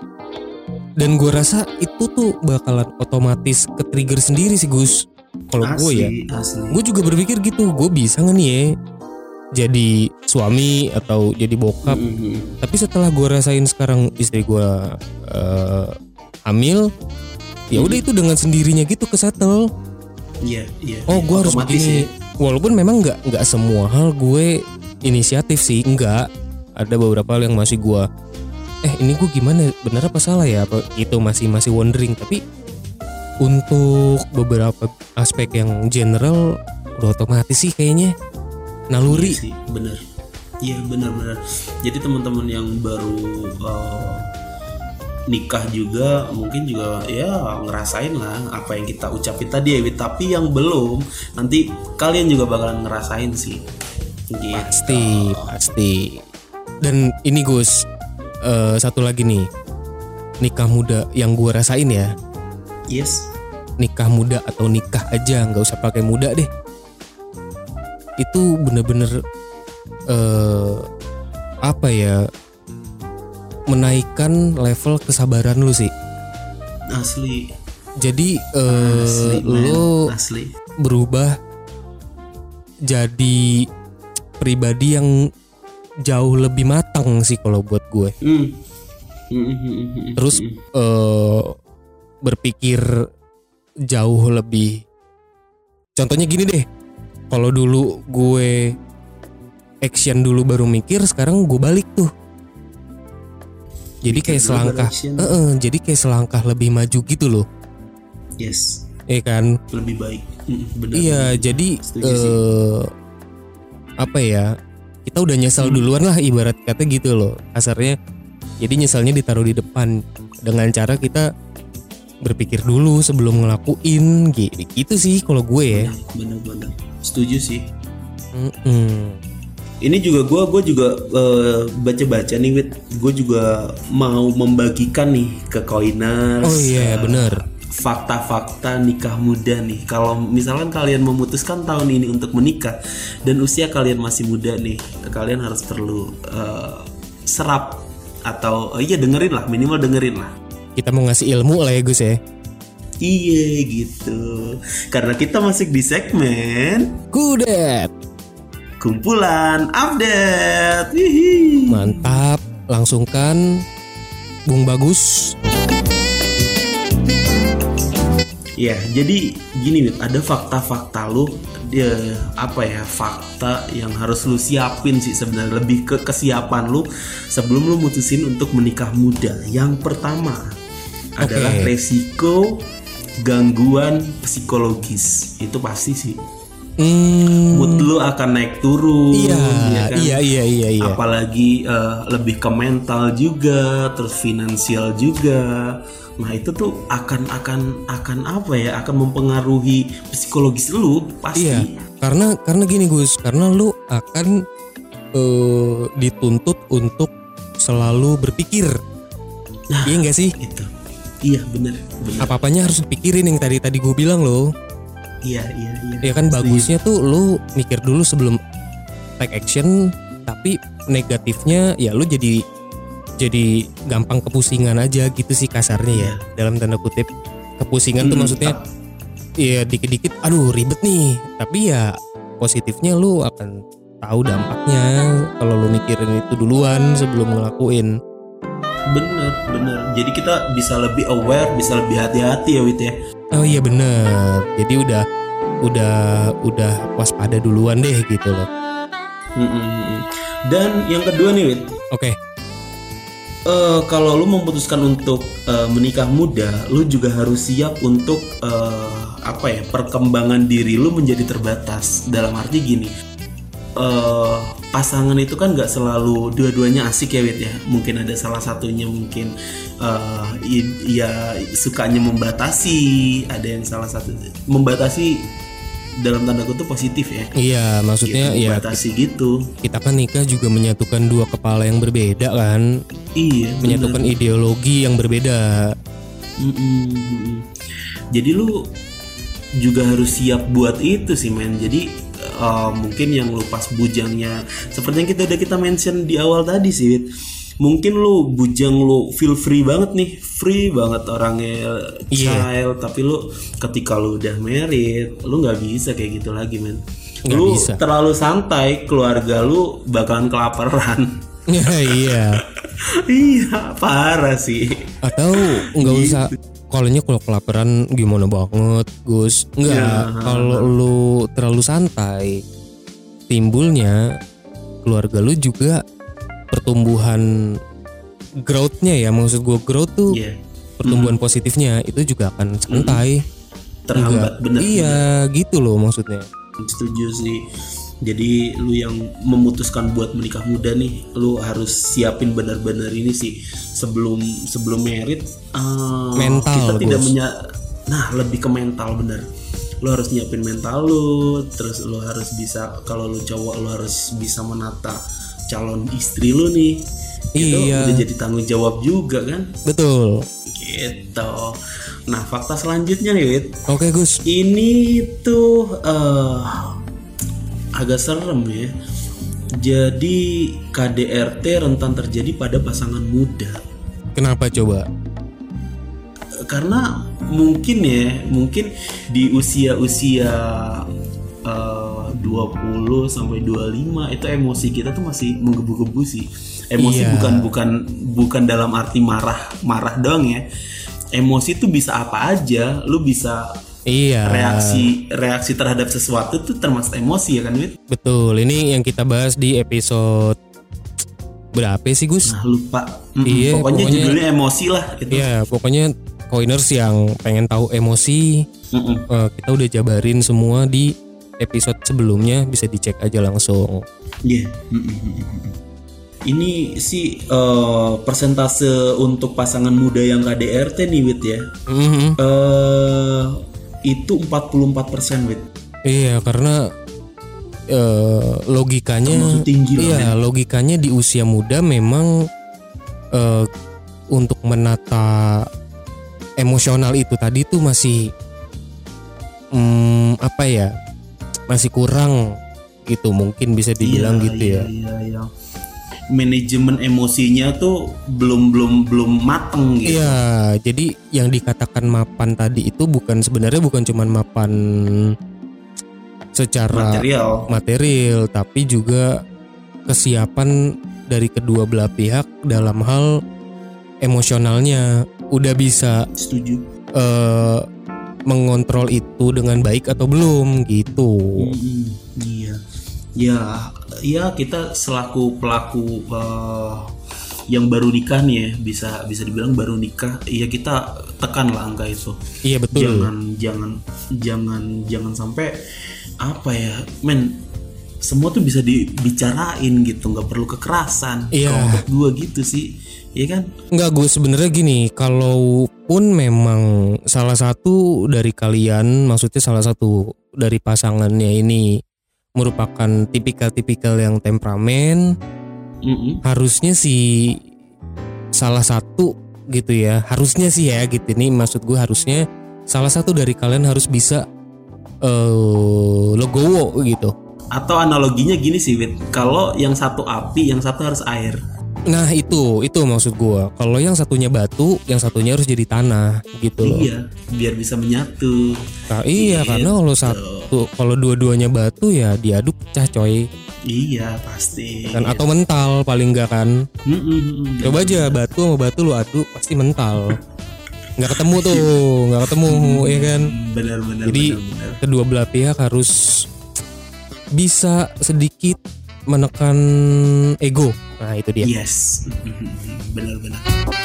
S2: Dan gue rasa itu tuh bakalan otomatis ke trigger sendiri sih Gus. Kalau gue ya,
S3: Asli.
S2: gue juga berpikir gitu, gue bisa nggak nih ya jadi suami atau jadi bokap.
S3: Mm-mm.
S2: Tapi setelah gue rasain sekarang istri gue uh, hamil, ya udah itu dengan sendirinya gitu kesettle.
S3: Iya iya.
S2: Oh
S3: iya,
S2: gue harus
S3: otomatis
S2: begini.
S3: ya.
S2: Walaupun memang nggak nggak semua hal gue inisiatif sih, nggak. Ada beberapa hal yang masih gue, eh ini gue gimana, benar apa salah ya? Apa itu masih masih wondering. Tapi untuk beberapa aspek yang general udah otomatis sih kayaknya naluri.
S3: Iya sih, benar. Iya benar-benar. Jadi teman-teman yang baru uh, nikah juga mungkin juga ya ngerasain lah apa yang kita ucapin tadi ya, Wit. Tapi yang belum, nanti kalian juga bakalan ngerasain sih. Gitu.
S2: Pasti, pasti. Dan ini Gus, uh, satu lagi nih, nikah muda yang gue rasain ya.
S3: Yes.
S2: Nikah muda atau nikah aja, nggak usah pakai muda deh. Itu bener-bener uh, apa ya, menaikkan level kesabaran lu sih.
S3: Asli.
S2: Jadi uh,
S3: Asli, man.
S2: lu
S3: Asli.
S2: berubah jadi pribadi yang jauh lebih matang sih kalau buat gue.
S3: Mm. Mm-hmm.
S2: Terus uh, berpikir jauh lebih. Contohnya gini deh, kalau dulu gue action dulu baru mikir, sekarang gue balik tuh. Jadi
S3: Mikir
S2: kayak
S3: dulu
S2: selangkah,
S3: baru action.
S2: uh-uh, jadi kayak selangkah lebih maju gitu loh.
S3: Yes.
S2: Iya kan?
S3: Lebih baik. Mm, benar.
S2: Iya, jadi
S3: Setuju sih.
S2: uh, apa ya? Kita udah nyesal duluan lah ibarat kata gitu loh kasarnya. Jadi nyesalnya ditaruh di depan dengan cara kita berpikir dulu sebelum ngelakuin gitu, gitu sih kalau gue ya.
S3: Benar-benar. Setuju sih.
S2: Mm-mm.
S3: Ini juga gue gue juga eh, baca-baca nih, Wit. Gue juga mau membagikan nih ke Coiners.
S2: Oh iya
S3: eh,
S2: benar.
S3: fakta-fakta nikah muda nih. Kalau misalkan kalian memutuskan tahun ini untuk menikah dan usia kalian masih muda nih, kalian harus perlu uh, serap atau uh, iya dengerin lah, minimal dengerin lah.
S2: Kita mau ngasih ilmu lah ya Gus ya.
S3: Iya gitu. Karena kita masih di segmen
S2: Kudet.
S3: kumpulan update. Hihi.
S2: Mantap, langsung kan Bung Bagus.
S3: Ya, jadi gini Wit, ada fakta-fakta lu dia apa ya, fakta yang harus lu siapin sih sebenarnya, lebih ke kesiapan lu sebelum lu mutusin untuk menikah muda. Yang pertama
S2: Oke.
S3: adalah resiko gangguan psikologis. Itu pasti sih.
S2: Hmm,
S3: Mood lu akan naik turun,
S2: iya,
S3: ya kan?
S2: iya, iya, iya, iya.
S3: Apalagi eh, lebih ke mental juga, terus finansial juga. Nah itu tuh akan akan akan apa ya? Akan mempengaruhi psikologis lu pasti.
S2: Iya, karena karena gini Gus, karena lu akan eh, dituntut untuk selalu berpikir.
S3: Nah,
S2: iya enggak sih?
S3: Itu. Iya bener, bener.
S2: Apa-apanya harus dipikirin yang tadi tadi gue bilang loh.
S3: Iya iya iya.
S2: Ya kan bagusnya tuh lu mikir dulu sebelum take action, tapi negatifnya ya lu jadi jadi gampang kepusingan aja gitu sih kasarnya ya, dalam tanda kutip. Kepusingan tuh
S3: Hmm,
S2: maksudnya ya dikit-dikit aduh ribet nih, tapi ya positifnya lu akan tahu dampaknya kalau lu mikirin itu duluan sebelum ngelakuin.
S3: Bener bener. Jadi kita bisa lebih aware, bisa lebih hati-hati ya Wit ya.
S2: Oh iya bener, jadi udah udah udah waspada duluan deh gitu loh.
S3: Mm-mm. Dan yang kedua nih Wit,
S2: Oke.
S3: Eh, kalau lu memutuskan untuk eh, menikah muda, lu juga harus siap untuk eh, apa ya, perkembangan diri lu menjadi terbatas. Dalam arti gini, eh, pasangan itu kan nggak selalu dua-duanya asik ya Wit ya. Mungkin ada salah satunya mungkin eh, i- ya sukanya membatasi, ada yang salah satu membatasi dalam tanda kutip positif ya.
S2: Iya, maksudnya
S3: Gitu,
S2: ya
S3: membatasi gitu.
S2: kita kan nikah juga menyatukan dua kepala yang berbeda kan,
S3: Iya.
S2: menyatukan ideologi yang berbeda.
S3: Mm-mm. Jadi lu juga harus siap buat itu sih men. Jadi uh, mungkin yang lu pas bujangnya seperti yang kita udah kita mention di awal tadi sih Wit. Mungkin lu bujang lu feel free banget nih, free banget orangnya
S2: Iya.
S3: child, tapi lu ketika lu udah married, lu nggak bisa kayak gitu lagi men.
S2: Nggak
S3: Lu
S2: bisa.
S3: terlalu santai, keluarga lu bakalan kelaparan.
S2: Iya.
S3: Iya, parah sih.
S2: Atau nggak usah. Kalaunya kalau kelaparan gimana banget, Gus? Enggak.
S3: Ya.
S2: Kalau lu terlalu santai, timbulnya keluarga lu juga pertumbuhan growth-nya ya, maksud gue growth tuh
S3: Iya.
S2: pertumbuhan positifnya itu juga akan santai.
S3: Terhambat,
S2: Nggak-
S3: bener.
S2: Iya, gitu loh maksudnya.
S3: Setuju sih. Jadi lu yang memutuskan buat menikah muda nih, lu harus siapin benar-benar ini sih sebelum sebelum merit. eh,
S2: Mental,
S3: kita tidak
S2: Bos.
S3: menya, nah lebih ke mental bener. Lu harus nyiapin mental lu, terus lu harus bisa, kalau lu cowok lu harus bisa menata calon istri lu nih. Itu
S2: Iya.
S3: udah jadi tanggung jawab juga kan?
S2: Betul.
S3: Gitu. Nah fakta selanjutnya nih Wit,
S2: Oke, Gus.
S3: ini tuh eh, agak serem ya. Jadi K D R T rentan terjadi pada pasangan muda.
S2: Kenapa coba?
S3: Karena mungkin ya, mungkin di usia-usia eh, dua puluh sampai dua puluh lima itu emosi kita tuh masih menggebu-gebu sih. Emosi
S2: Iya.
S3: bukan bukan bukan dalam arti marah, marah doang ya. Emosi tuh bisa apa aja, lu bisa
S2: Iya.
S3: reaksi reaksi terhadap sesuatu tuh termasuk emosi ya kan Wit?
S2: Betul. Ini yang kita bahas di episode berapa sih, Gus?
S3: Nah lupa. Mm-mm,
S2: Iya,
S3: pokoknya,
S2: pokoknya-
S3: judulnya emosi lah itu.
S2: Iya, pokoknya Coiners yang pengen tahu emosi,
S3: Mm-mm.
S2: eh, kita udah jabarin semua di episode sebelumnya, bisa dicek aja langsung.
S3: Iya. Mm-mm, mm-mm. Ini sih eh, persentase untuk pasangan muda yang K D R T nih Wit ya.
S2: Mhm.
S3: Eh itu empat puluh empat persen Wit.
S2: Iya, karena eh, logikanya,
S3: Termasuk tinggi lah,
S2: iya logikanya di usia muda memang eh, untuk menata emosional itu tadi tuh masih hmm, apa ya, masih kurang gitu, mungkin bisa dibilang
S3: Iya,
S2: gitu
S3: iya,
S2: ya.
S3: Iya, iya. Manajemen emosinya tuh belum belum belum mateng gitu.
S2: Iya, jadi yang dikatakan mapan tadi itu bukan sebenarnya bukan cuman mapan secara
S3: Material.
S2: material, tapi juga kesiapan dari kedua belah pihak dalam hal emosionalnya. Udah bisa
S3: Setuju.
S2: eh, mengontrol itu dengan baik atau belum gitu.
S3: Hmm, iya, ya, ya kita selaku pelaku uh, yang baru nikah nih ya, bisa bisa dibilang baru nikah, ya kita tekan lah angka itu.
S2: Iya betul.
S3: Jangan jangan jangan jangan sampai apa ya, men, semua tuh bisa dibicarain gitu, nggak perlu kekerasan.
S2: Iya.
S3: Kalau menurut gue gitu sih, iya kan?
S2: Nggak, gue sebenarnya gini, kalaupun memang salah satu dari kalian, maksudnya salah satu dari pasangannya ini merupakan tipikal-tipikal yang temperamen,
S3: Mm-mm.
S2: harusnya sih salah satu gitu ya, harusnya sih ya gitu, ini maksud gue harusnya salah satu dari kalian harus bisa uh, legowo gitu.
S3: Atau analoginya gini sih, Wit, kalau yang satu api, yang satu harus air.
S2: Nah itu itu maksud gue, kalau yang satunya batu, yang satunya harus jadi tanah gitu loh.
S3: Iya, biar bisa menyatu.
S2: Nah, iya
S3: Gitu.
S2: karena kalau satu, kalau dua-duanya batu ya diaduk pecah coy.
S3: Iya pasti.
S2: Kan atau mental paling enggak kan.
S3: Mm-mm.
S2: Coba aja batu sama batu lu aduk pasti mental. Nggak ketemu tuh, nggak ketemu ya kan.
S3: Benar-benar.
S2: Jadi
S3: benar-benar.
S2: kedua belah pihak harus bisa sedikit menekan ego. Nah itu dia.
S3: Yes, benar-benar.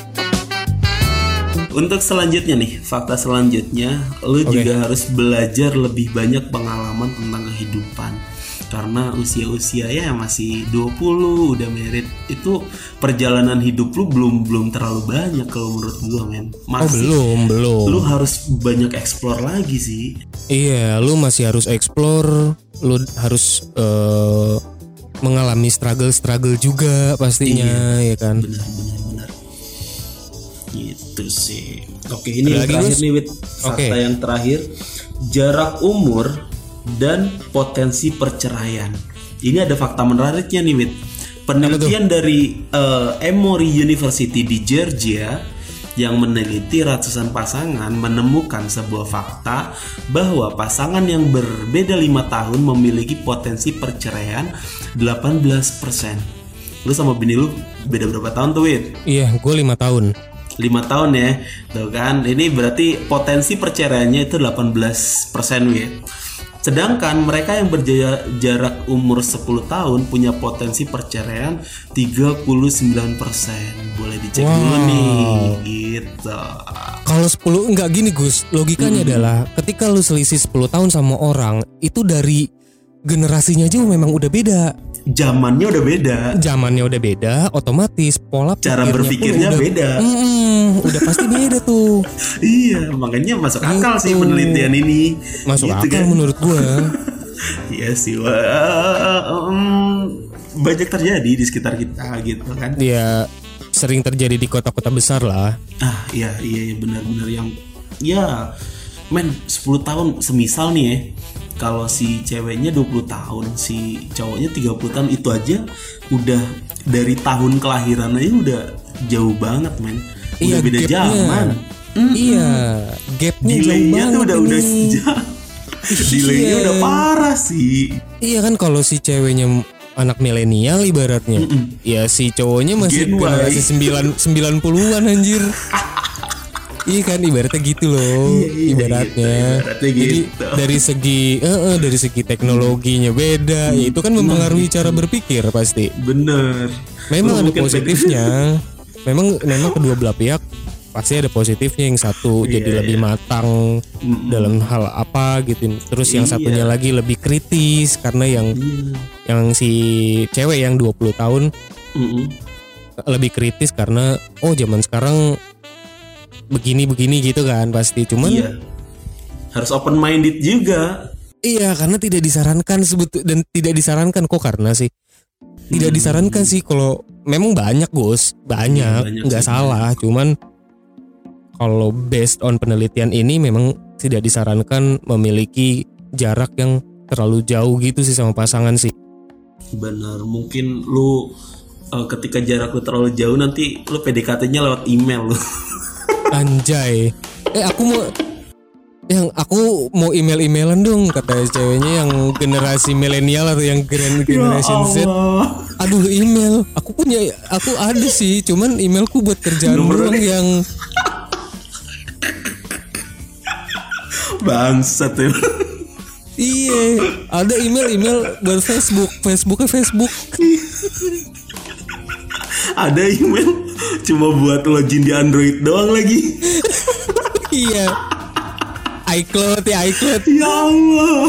S3: Untuk selanjutnya nih, fakta selanjutnya, lu
S2: Oke.
S3: juga harus belajar lebih banyak pengalaman tentang kehidupan. Karena usia-usia ya masih dua puluh, udah married, itu perjalanan hidup lu belum belum terlalu banyak kalau menurut gua, men.
S2: Oh
S3: Masih,
S2: belum belum.
S3: lu harus banyak explore lagi sih.
S2: Iya, lu masih harus explore, lu harus eh, mengalami struggle-struggle juga pastinya, ya kan.
S3: Benar, benar, benar. Gitu sih. Oke, ini
S2: Ada
S3: yang
S2: lagi,
S3: terakhir
S2: Gus?
S3: nih, Wit. Fakta
S2: Oke.
S3: yang terakhir, jarak umur dan potensi perceraian. Ini ada fakta menariknya nih, Wit. Penelitian dari uh, Emory University di Georgia yang meneliti ratusan pasangan menemukan sebuah fakta bahwa pasangan yang berbeda lima tahun memiliki potensi perceraian delapan belas persen. Lu sama bini lu beda berapa tahun tuh, Wit?
S2: Iya, gue lima tahun.
S3: lima tahun ya. Tuh kan, ini berarti potensi perceraiannya itu delapan belas persen, Wit. Sedangkan mereka yang berjarak umur sepuluh tahun punya potensi perceraian tiga puluh sembilan persen. Boleh dicek
S2: Wow.
S3: dulu nih, gitu.
S2: Kalau sepuluh enggak gini Gus, logikanya adalah ketika lu selisih sepuluh tahun sama orang, itu dari generasinya aja memang udah beda.
S3: Zamannya udah beda,
S2: Zamannya udah beda, otomatis pola
S3: cara
S2: pikirnya
S3: berpikirnya
S2: pun udah,
S3: beda.
S2: Mm-mm, udah pasti beda tuh.
S3: Iya, makanya masuk akal sih
S2: Gitu.
S3: penelitian ini.
S2: Masuk
S3: Gitu
S2: akal
S3: kan?
S2: menurut gua.
S3: Iya sih, wah, um, banyak terjadi di sekitar kita gitu kan.
S2: Dia sering terjadi di kota-kota besar lah.
S3: Ah, iya, iya, iya, benar-benar yang, ya, men, sepuluh tahun semisal nih ya. Kalau si ceweknya dua puluh tahun, si cowoknya tiga puluh tahun, itu aja udah dari tahun kelahiran aja udah jauh banget, men. Udah beda
S2: gapnya.
S3: zaman.
S2: Iya, gapnya jauh
S3: Delaynya
S2: banget
S3: tuh udah
S2: ini.
S3: udah sejak. Delaynya
S2: Iya.
S3: udah parah sih.
S2: Iya kan, kalau si ceweknya anak milenial ibaratnya, ya si cowoknya masih
S3: Gen Y.
S2: generasi sembilan sembilan puluhan anjir. Iya kan, ibaratnya gitu loh.
S3: Iya, iya,
S2: ibaratnya.
S3: gitu, ibaratnya
S2: Jadi
S3: gitu.
S2: dari segi eh, eh, dari segi teknologinya beda, ya itu kan mempengaruhi cara berpikir pasti.
S3: Bener.
S2: Memang
S3: Lu
S2: ada
S3: mungkin
S2: positifnya. Memang memang kedua belah pihak pasti ada positifnya, yang satu
S3: Iya,
S2: jadi
S3: iya.
S2: lebih matang
S3: Mm-mm.
S2: dalam hal apa gitu. Terus yang
S3: Iya.
S2: satunya lagi lebih kritis karena yang
S3: Iya.
S2: yang si cewek yang dua puluh tahun
S3: Mm-mm.
S2: lebih kritis karena oh zaman sekarang begini-begini gitu kan pasti. Cuman
S3: Iya. Harus open minded juga.
S2: iya, karena tidak disarankan sebut dan tidak disarankan kok karena sih. Tidak
S3: Hmm.
S2: disarankan sih, kalau memang banyak Gus,
S3: Iya,
S2: banyak,
S3: banyak
S2: nggak
S3: sih,
S2: salah. Cuman kalau based on penelitian ini memang tidak disarankan memiliki jarak yang terlalu jauh gitu sih sama pasangan sih.
S3: Bener. Mungkin lu uh, ketika jarak lu terlalu jauh, nanti lu P D K T-nya lewat email lu.
S2: Anjay. Eh aku mau yang aku mau email-emailan dong, kata ceweknya yang generasi milenial atau yang gen- generation Z.
S3: Allah.
S2: Aduh, email. Aku punya, aku ada sih, cuman emailku buat kerjaan
S3: Nomor-
S2: doang yang
S3: Bangsat ya.
S2: Iya, ada email-email buat Facebook, Facebooknya Facebook.
S3: Ada email cuma buat login di Android doang lagi.
S2: Iya. iCloud ya iCloud.
S3: Ya Allah.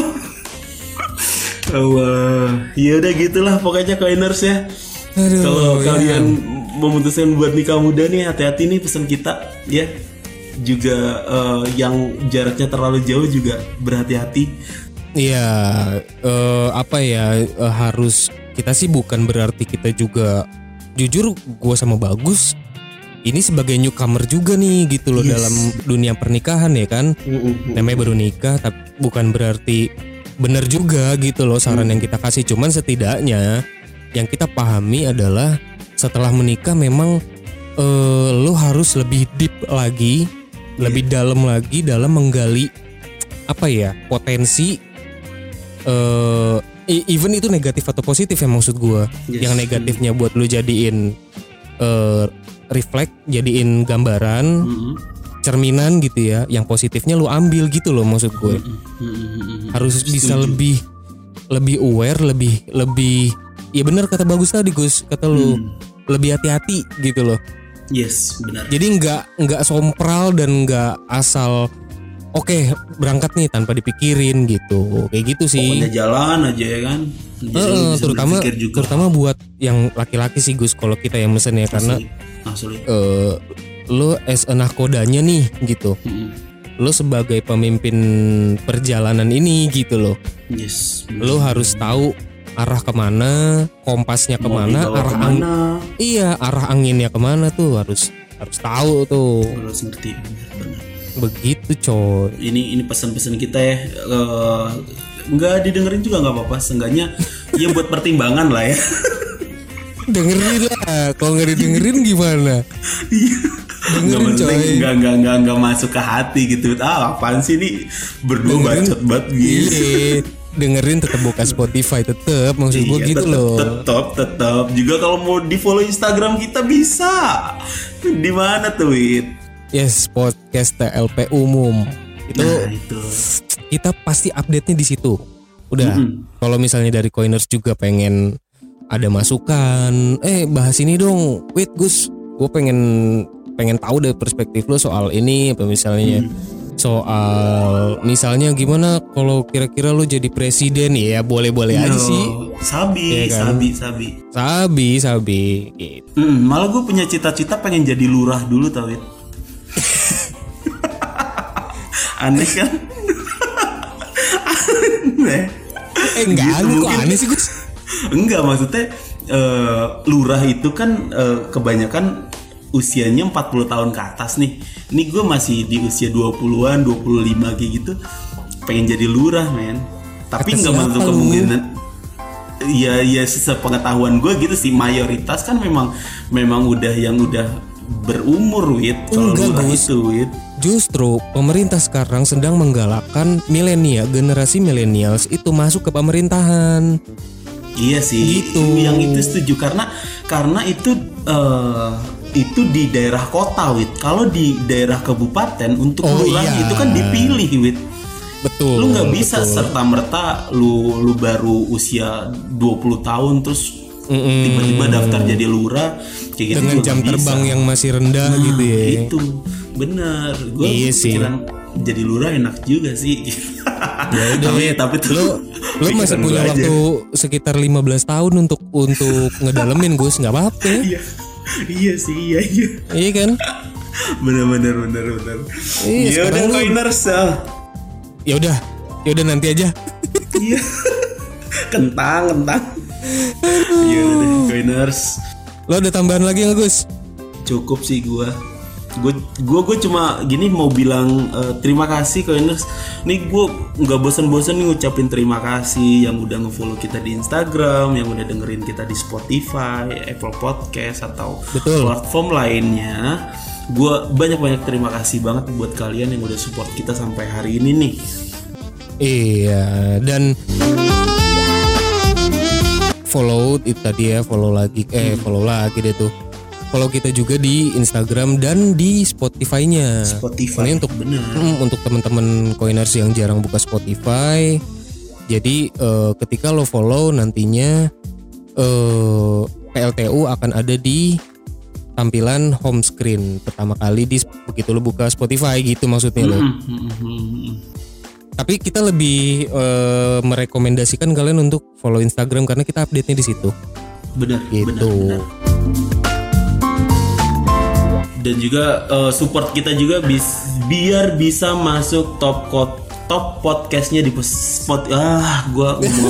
S3: Allah. Ya udah gitulah pokoknya Coiners ya. Kalau ya. Kalian memutuskan buat nikah muda nih, hati-hati nih pesan kita ya. Juga uh, yang jaraknya terlalu jauh juga berhati-hati.
S2: Iya, uh, apa ya uh, harus kita sih bukan berarti kita juga jujur gue sama Bagus ini sebagai newcomer juga nih gitu loh yes. dalam dunia pernikahan ya kan. Mm-hmm. Namanya baru nikah tapi bukan berarti benar juga gitu loh saran mm. yang kita kasih, cuman setidaknya yang kita pahami adalah setelah menikah memang uh, lo harus lebih deep lagi, yeah. lebih dalam lagi dalam menggali apa ya potensi. Uh, even itu negatif atau positif ya maksud gue. Yes. Yang negatifnya buat lu jadiin uh, reflect, jadiin gambaran, mm-hmm. cerminan gitu ya. Yang positifnya lu ambil gitu loh maksud gue. Mm-hmm. Harus Setuju. Bisa lebih lebih aware, lebih lebih ya benar kata Bagus tadi Gus, kata lu mm. lebih hati-hati gitu loh.
S3: Yes, benar.
S2: Jadi nggak nggak sompral dan nggak asal oke okay, berangkat nih tanpa dipikirin gitu, kayak gitu sih.
S3: Pokoknya jalan aja ya kan.
S2: Uh, terutama terutama buat yang laki-laki sih Gus, kalau kita yang mesen ya, karena
S3: Asli.
S2: Uh, lo as a nahkodanya nih gitu, mm-hmm. lo sebagai pemimpin perjalanan ini gitu loh.
S3: Yes.
S2: Lo harus tahu arah kemana, kompasnya kemana, arah angin. Iya, arah anginnya kemana tuh harus harus tahu tuh.
S3: Harus ngerti, benar.
S2: Begitu coy.
S3: Ini ini pesan-pesan kita ya. Uh, nggak didengerin juga nggak apa-apa. Seenggaknya ya buat pertimbangan lah ya.
S2: Dengerin lah. Kalau nggak didengerin gimana? Dengerin
S3: nggak,
S2: coy.
S3: Nggak nggak nggak nggak masuk ke hati gitu. Ah apaan sih ini berdua bacot banget gitu.
S2: Iya. Dengerin tetap buka Spotify tetap. Maksud gue
S3: iya,
S2: gitu
S3: tetep,
S2: loh.
S3: Tetap tetap. Juga kalau mau di follow Instagram kita bisa. Di mana tuh Wit?
S2: Yes, podcast T L P umum itu,
S3: nah, itu
S2: kita pasti update-nya di situ. Udah, mm-hmm. kalau misalnya dari Coiners juga pengen ada masukan, eh bahas ini dong, wait Gus, gue pengen pengen tahu dari perspektif lo soal ini, apa misalnya mm-hmm. soal misalnya gimana kalau kira-kira lo jadi presiden ya boleh-boleh no, aja sih.
S3: Sabi, ya kan? sabi, sabi,
S2: sabi, sabi. Gitu.
S3: Mm, malah gue punya cita-cita pengen jadi lurah dulu tau Wit. Aneh kan? Aneh.
S2: Eh enggak gitu, aneh kok aneh sih Gus?
S3: Enggak, maksudnya uh, lurah itu kan uh, kebanyakan usianya empat puluh tahun ke atas nih. Ini gue masih di usia dua puluhan, dua puluh lima kayak gitu. Pengen jadi lurah men. Tapi enggak menutup kemungkinan. Ya ya sepengetahuan gue gitu sih, mayoritas kan memang memang udah yang udah berumur Wit. Kalau lurah itu Wit.
S2: Justru pemerintah sekarang sedang menggalakkan milenial, generasi millennials itu masuk ke pemerintahan.
S3: Iya sih, gitu. Yang itu setuju karena karena itu uh, itu di daerah kota Wit. Kalau di daerah kabupaten untuk oh, lurah iya. itu kan dipilih Wit.
S2: Betul.
S3: Lu nggak bisa serta merta lu lu baru usia dua puluh tahun terus Mm-mm. tiba-tiba daftar jadi lurah kayak gitu
S2: dengan jam terbang bisa. Yang masih rendah nah, gitu ya.
S3: Itu bener. Gue
S2: iya
S3: pikiran jadi lurah enak juga sih.
S2: Ya udah, tapi tapi tuh lu, lu masih punya waktu aja. Sekitar lima belas tahun untuk untuk ngedalemin Gus, nggak apa-apa.
S3: Iya. Iya sih, iya iya.
S2: Iya kan?
S3: Bener-bener bener-bener.
S2: Iya,
S3: ya udah Coiners.
S2: Ya udah, ya udah nanti aja.
S3: Iya. Kentang, kentang. Iya udah Coiners.
S2: Lo ada tambahan lagi nggak Gus?
S3: Cukup sih gua. Gue gue gue cuma gini mau bilang uh, terima kasih Coiners. Nih gue nggak bosan-bosan nih ngucapin terima kasih yang udah ngefollow kita di Instagram, yang udah dengerin kita di Spotify, Apple Podcast atau
S2: Betul.
S3: platform lainnya. Gue banyak-banyak terima kasih banget buat kalian yang udah support kita sampai hari ini nih.
S2: Iya, dan follow itu tadi ya, follow lagi, eh follow lagi deh tuh. follow kita juga di Instagram dan di Spotify-nya.
S3: Spotify.
S2: Ini untuk
S3: bener.
S2: Mm, untuk teman-teman Coiners yang jarang buka Spotify. Jadi uh, ketika lo follow nantinya uh, P L T U akan ada di tampilan home screen pertama kali di begitu lo buka Spotify gitu maksudnya lo.
S3: Mm-hmm.
S2: Tapi kita lebih uh, merekomendasikan kalian untuk follow Instagram karena kita update-nya di situ.
S3: Benar,
S2: gitu.
S3: benar, benar. Dan juga uh, support kita juga bis, biar bisa masuk top kot, top podcastnya di spot. Ah, gua ngomong.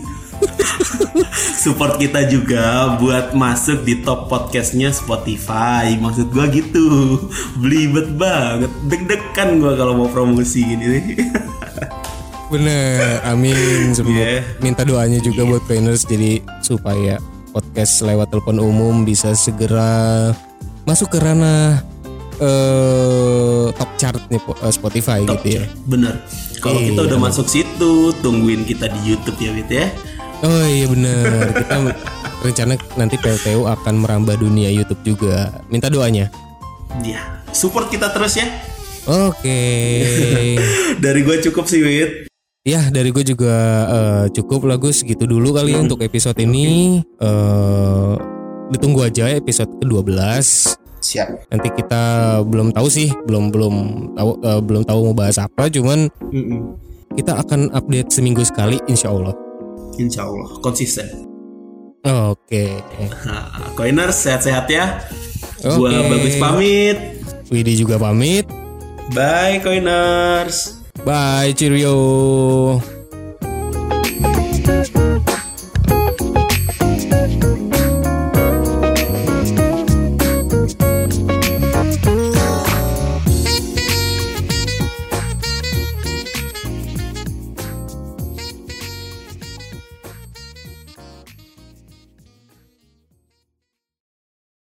S3: Support kita juga buat masuk di top podcastnya Spotify. Maksud gua gitu. Belibet banget. Deg-degan gua kalau mau promosi gini nih.
S2: Bener, amin.
S3: Yeah.
S2: Minta doanya juga
S3: yeah.
S2: buat Coiners jadi supaya podcast lewat telepon umum bisa segera masuk ke ranah uh, top chart nih uh, Spotify top gitu
S3: chart.
S2: Ya.
S3: Bener. Kalau
S2: iya.
S3: kita udah masuk situ, tungguin kita di YouTube ya, Wit ya.
S2: Oh iya bener. Kita rencana nanti P L T U akan merambah dunia YouTube juga. Minta doanya.
S3: Ya, support kita terus ya.
S2: Oke. Okay.
S3: Dari gue cukup sih, Wit.
S2: Ya dari gue juga uh, cukup lah Gus, gitu dulu kali ya hmm. untuk episode ini. uh, Ditunggu aja episode kedua belas.
S3: Siap.
S2: Nanti kita belum tahu sih, belum belum tahu uh, belum tahu mau bahas apa, cuman
S3: Mm-mm.
S2: kita akan update seminggu sekali insya Allah.
S3: Insya Allah konsisten.
S2: Oke.
S3: Nah, Coiners sehat-sehat ya.
S2: Okay.
S3: Gua Bagus pamit.
S2: Widi juga pamit.
S3: Bye Coiners.
S2: Bye, cheerio.